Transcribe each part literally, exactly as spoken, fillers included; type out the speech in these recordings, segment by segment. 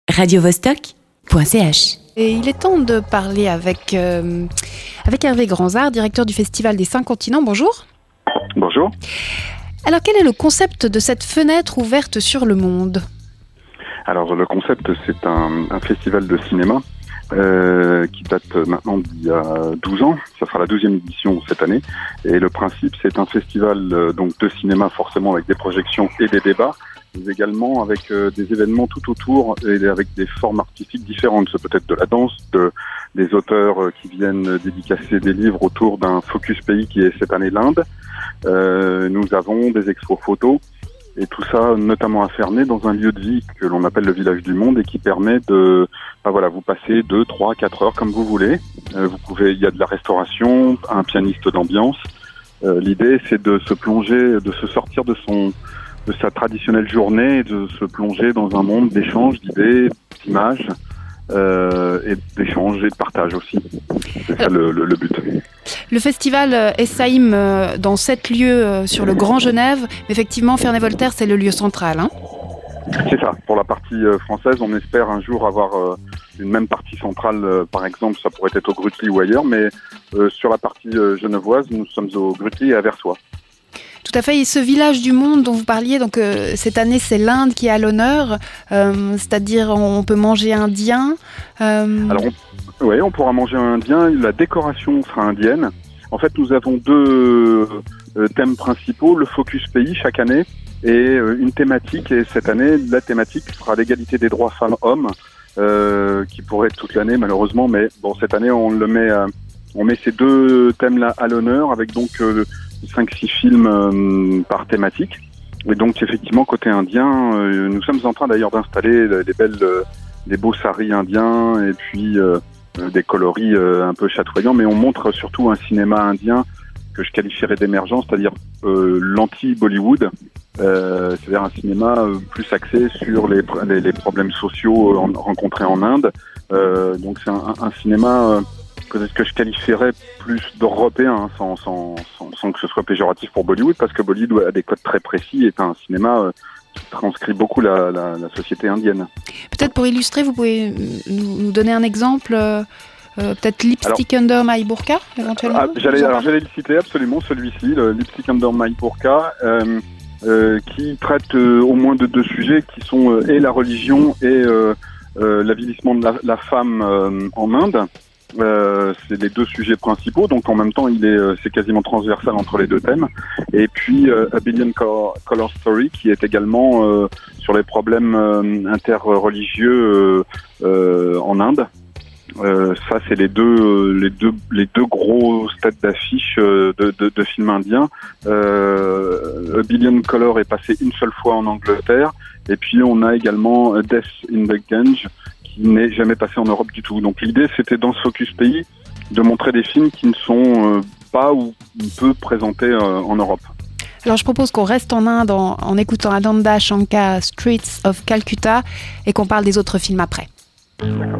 radio vostok point c h. Et il est temps de parler avec, euh, avec Hervé Granzart, directeur du Festival des Cinq Continents. Bonjour. Bonjour. Alors, quel est le concept de cette fenêtre ouverte sur le monde ? Alors, le concept, c'est un, un festival de cinéma euh, qui date maintenant d'il y a douze ans. Ça sera la douzième édition cette année. Et le principe, c'est un festival euh, donc de cinéma, forcément avec des projections et des débats, mais également avec euh, des événements tout autour et avec des formes artistiques différentes. C'est peut-être de la danse, de, des auteurs euh, qui viennent dédicacer des livres autour d'un focus pays qui est cette année l'Inde. Euh, nous avons des expos photos et tout ça notamment à Ferney dans un lieu de vie que l'on appelle le village du monde et qui permet de, ben voilà, vous passez deux, trois, quatre heures comme vous voulez. Euh, vous pouvez, il y a de la restauration, un pianiste d'ambiance. Euh, l'idée c'est de se plonger, de se sortir de son de sa traditionnelle journée et de se plonger dans un monde d'échanges, d'idées, d'images, euh, et d'échanges et de partage aussi. C'est ça le, le, le but. Le festival essaïme euh, dans sept lieux euh, sur le Grand Genève. Effectivement, Ferney-Voltaire, c'est le lieu central. Hein. C'est ça. Pour la partie euh, française, on espère un jour avoir euh, une même partie centrale. Euh, par exemple, ça pourrait être au Grutli ou ailleurs, mais euh, sur la partie euh, genevoise, nous sommes au Grutli et à Versoix. Tout à fait. Et ce village du monde dont vous parliez, donc euh, cette année, c'est l'Inde qui est à l'honneur, euh, c'est-à-dire on peut manger indien. Euh... Alors, on, oui, on pourra manger indien. La décoration sera indienne. En fait, nous avons deux euh, thèmes principaux, le focus pays chaque année et euh, une thématique. Et cette année, la thématique sera l'égalité des droits femmes-hommes, euh, qui pourrait être toute l'année malheureusement, mais bon, cette année, on le met, euh, on met ces deux thèmes-là à l'honneur avec donc euh, cinq six films euh, par thématique. Et donc effectivement côté indien, euh, nous sommes en train d'ailleurs d'installer des belles, euh, des beaux saris indiens et puis euh, des coloris euh, un peu chatoyants. Mais on montre surtout un cinéma indien que je qualifierais d'émergent, c'est-à-dire euh, l'anti-Bollywood, euh, c'est-à-dire un cinéma euh, plus axé sur les, les, les problèmes sociaux en, rencontrés en Inde. Euh, donc c'est un, un cinéma euh, que je qualifierais plus d'européen, hein, sans, sans, sans, sans que ce soit péjoratif pour Bollywood, parce que Bollywood a des codes très précis et est un cinéma euh, qui transcrit beaucoup la, la, la société indienne. Peut-être pour illustrer, vous pouvez nous, nous donner un exemple, euh, peut-être Lipstick alors, Under My Burqa, éventuellement ah, j'allais, alors, j'allais le citer, absolument, celui-ci, le Lipstick Under My Burqa, euh, euh, qui traite euh, au moins de deux sujets qui sont euh, et la religion et euh, euh, l'avilissement de la, la femme euh, en Inde. Euh, c'est les deux sujets principaux, donc en même temps il est, euh, c'est quasiment transversal entre les deux thèmes. Et puis euh, A Billion Color, Color Story qui est également euh, sur les problèmes euh, interreligieux euh, euh, en Inde. Euh, ça c'est les deux, euh, les deux, les deux gros têtes d'affiche euh, de, de, de films indiens. Euh, A Billion Color est passé une seule fois en Angleterre, et puis on a également Death in the Gange qui n'est jamais passé en Europe du tout. Donc l'idée, c'était dans ce focus pays de montrer des films qui ne sont euh, pas ou peu présentés euh, en Europe. Alors je propose qu'on reste en Inde en, en écoutant Ananda Shankar, Streets of Calcutta, et qu'on parle des autres films après. D'accord.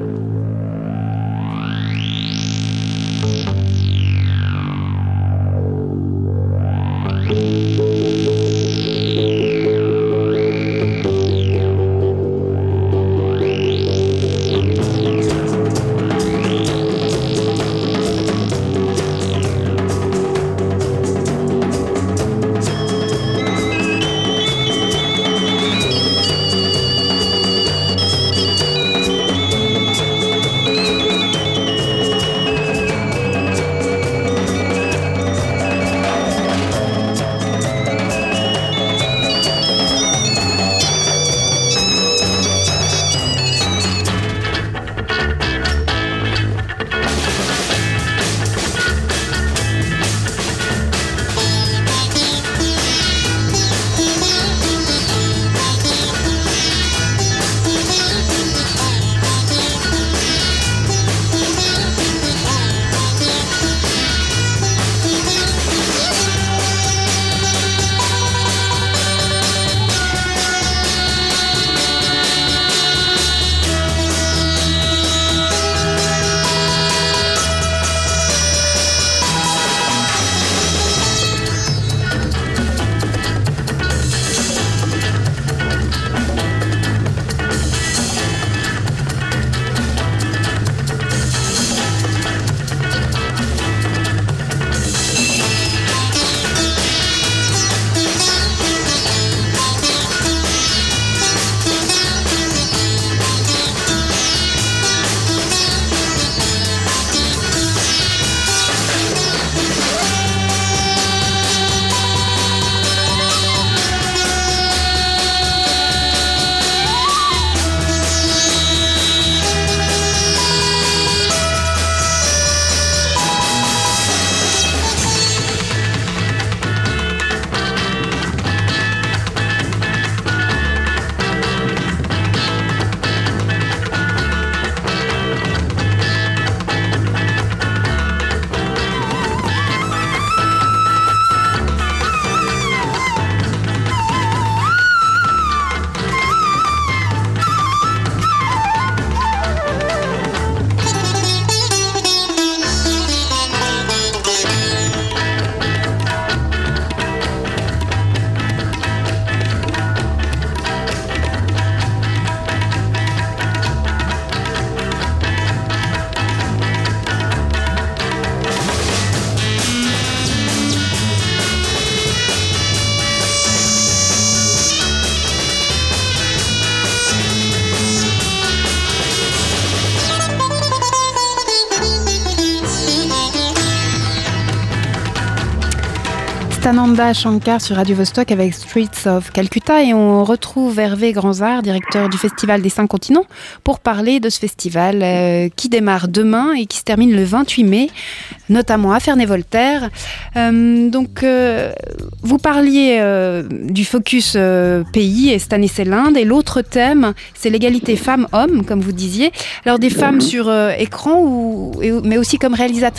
Ananda Shankar sur Radio Vostok avec Streets of Calcutta et on retrouve Hervé Granzard, directeur du Festival des Cinq Continents, pour parler de ce festival euh, qui démarre demain et qui se termine le vingt-huit mai, notamment à Ferney-Voltaire. Euh, donc, euh, vous parliez euh, du focus euh, pays et cette année c'est l'Inde et l'autre thème c'est l'égalité femmes-hommes, comme vous disiez. Alors des femmes sur euh, écran ou, et, mais aussi comme réalisatrices ?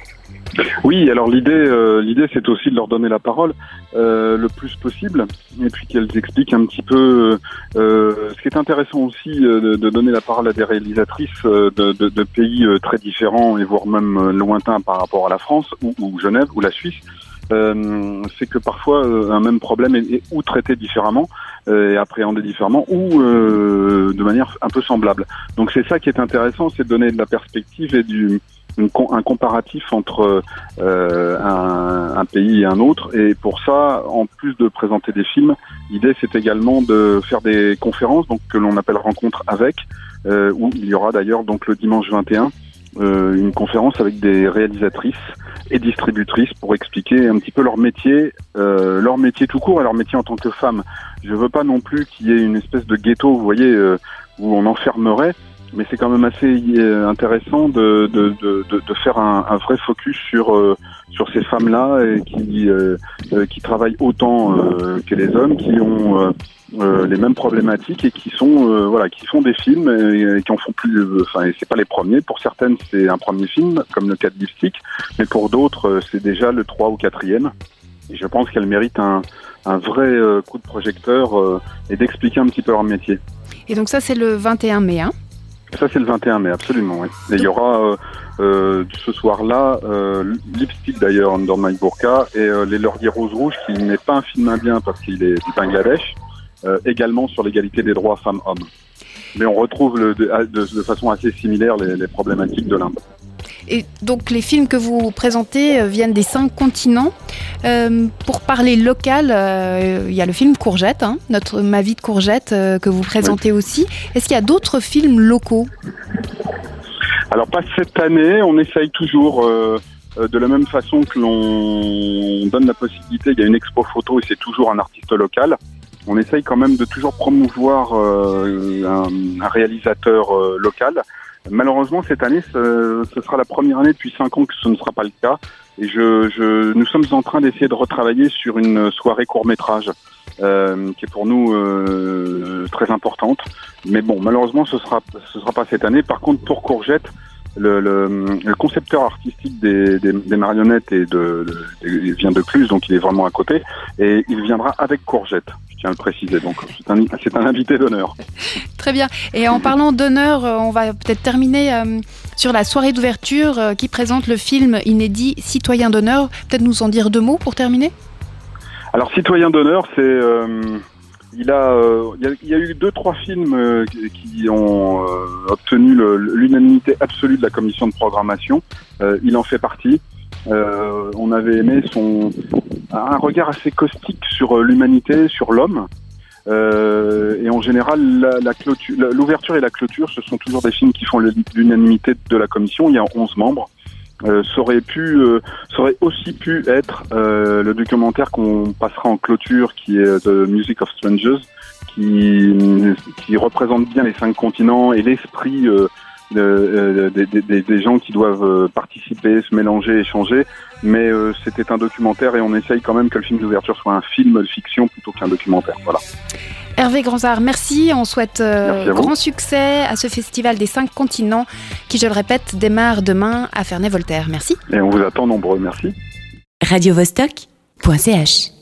Oui, alors l'idée, euh, l'idée, c'est aussi de leur donner la parole euh, le plus possible, et puis qu'elles expliquent un petit peu. Euh, ce qui est intéressant aussi, euh, de, de donner la parole à des réalisatrices euh, de, de, de pays euh, très différents et voire même euh, lointains par rapport à la France ou, ou Genève ou la Suisse. Euh, c'est que parfois euh, un même problème est, est ou traité différemment euh, et appréhendé différemment ou euh, de manière un peu semblable. Donc c'est ça qui est intéressant, c'est de donner de la perspective et du Une, un comparatif entre euh, un, un pays et un autre. Et pour ça, en plus de présenter des films, l'idée c'est également de faire des conférences, donc que l'on appelle rencontres avec, euh, où il y aura d'ailleurs donc le dimanche vingt et un euh, une conférence avec des réalisatrices et distributrices pour expliquer un petit peu leur métier, euh, leur métier tout court et leur métier en tant que femme. Je veux pas non plus qu'il y ait une espèce de ghetto, vous voyez, euh, où on enfermerait. Mais c'est quand même assez intéressant de, de, de, de faire un, un vrai focus sur, euh, sur ces femmes-là et qui, euh, qui travaillent autant euh, que les hommes, qui ont euh, euh, les mêmes problématiques et qui sont euh, voilà, qui font des films et, et qui en font plus. Enfin, euh, c'est pas les premiers. Pour certaines, c'est un premier film, comme le cas de Lipstick, mais pour d'autres, c'est déjà le trois ou quatrième. Et je pense qu'elles méritent un, un vrai euh, coup de projecteur euh, et d'expliquer un petit peu leur métier. Et donc ça, c'est le vingt et un mai, hein ? Ça, c'est le vingt et un mai, absolument, oui. Et il y aura euh, euh, ce soir-là, euh, Lipstick d'ailleurs, Under My Burqa, et euh, Les Lauriers Roses Rouges, qui n'est pas un film indien parce qu'il est du Bangladesh, euh, également sur l'égalité des droits femmes-hommes. Mais on retrouve le, de, de, de façon assez similaire les, les problématiques de l'Inde. Et donc les films que vous présentez euh, viennent des cinq continents. Euh, pour parler local, euh, il y a le film Courgette, hein, notre Ma vie de Courgette, euh, que vous présentez oui. aussi. Est-ce qu'il y a d'autres films locaux ? Alors pas cette année, on essaye toujours euh, de la même façon que l'on donne la possibilité, il y a une expo photo et c'est toujours un artiste local. On essaye quand même de toujours promouvoir euh, un, un réalisateur euh, local. Malheureusement, cette année, ce, ce sera la première année depuis cinq ans que ce ne sera pas le cas. Et je, je, nous sommes en train d'essayer de retravailler sur une soirée court-métrage euh, qui est pour nous euh, très importante. Mais bon, malheureusement, ce sera, ce sera pas cette année. Par contre, pour Courgette, le, le, le concepteur artistique des, des, des marionnettes est de, de, il vient de Cluse, donc il est vraiment à côté. Et il viendra avec Courgette. Je tiens à le préciser, donc c'est un, c'est un invité d'honneur. Très bien. Et en parlant d'honneur, on va peut-être terminer euh, sur la soirée d'ouverture euh, qui présente le film inédit Citoyen d'honneur. Peut-être nous en dire deux mots pour terminer ? Alors, Citoyen d'honneur, c'est... Euh, il, a, euh, il, y a, il y a eu deux, trois films euh, qui ont euh, obtenu le, l'unanimité absolue de la commission de programmation. Euh, il en fait partie. Euh, on avait aimé son un regard assez caustique sur l'humanité, sur l'homme. Euh, et en général, la, la clôture, la, l'ouverture et la clôture, ce sont toujours des films qui font l'unanimité de la commission. Il y a onze membres. Euh, ça aurait pu, euh, ça aurait aussi pu être euh, le documentaire qu'on passera en clôture, qui est The Music of Strangers, qui, qui représente bien les cinq continents et l'esprit euh, de, euh, des, des, des gens qui doivent participer, se mélanger, échanger. Mais euh, c'était un documentaire et on essaye quand même que le film d'ouverture soit un film de fiction plutôt qu'un documentaire. Voilà. Hervé Granzard, merci. On souhaite euh, grand succès à ce festival des cinq continents qui, je le répète, démarre demain à Ferney-Voltaire. Merci. Et on vous attend nombreux. Merci. radio vostok point c h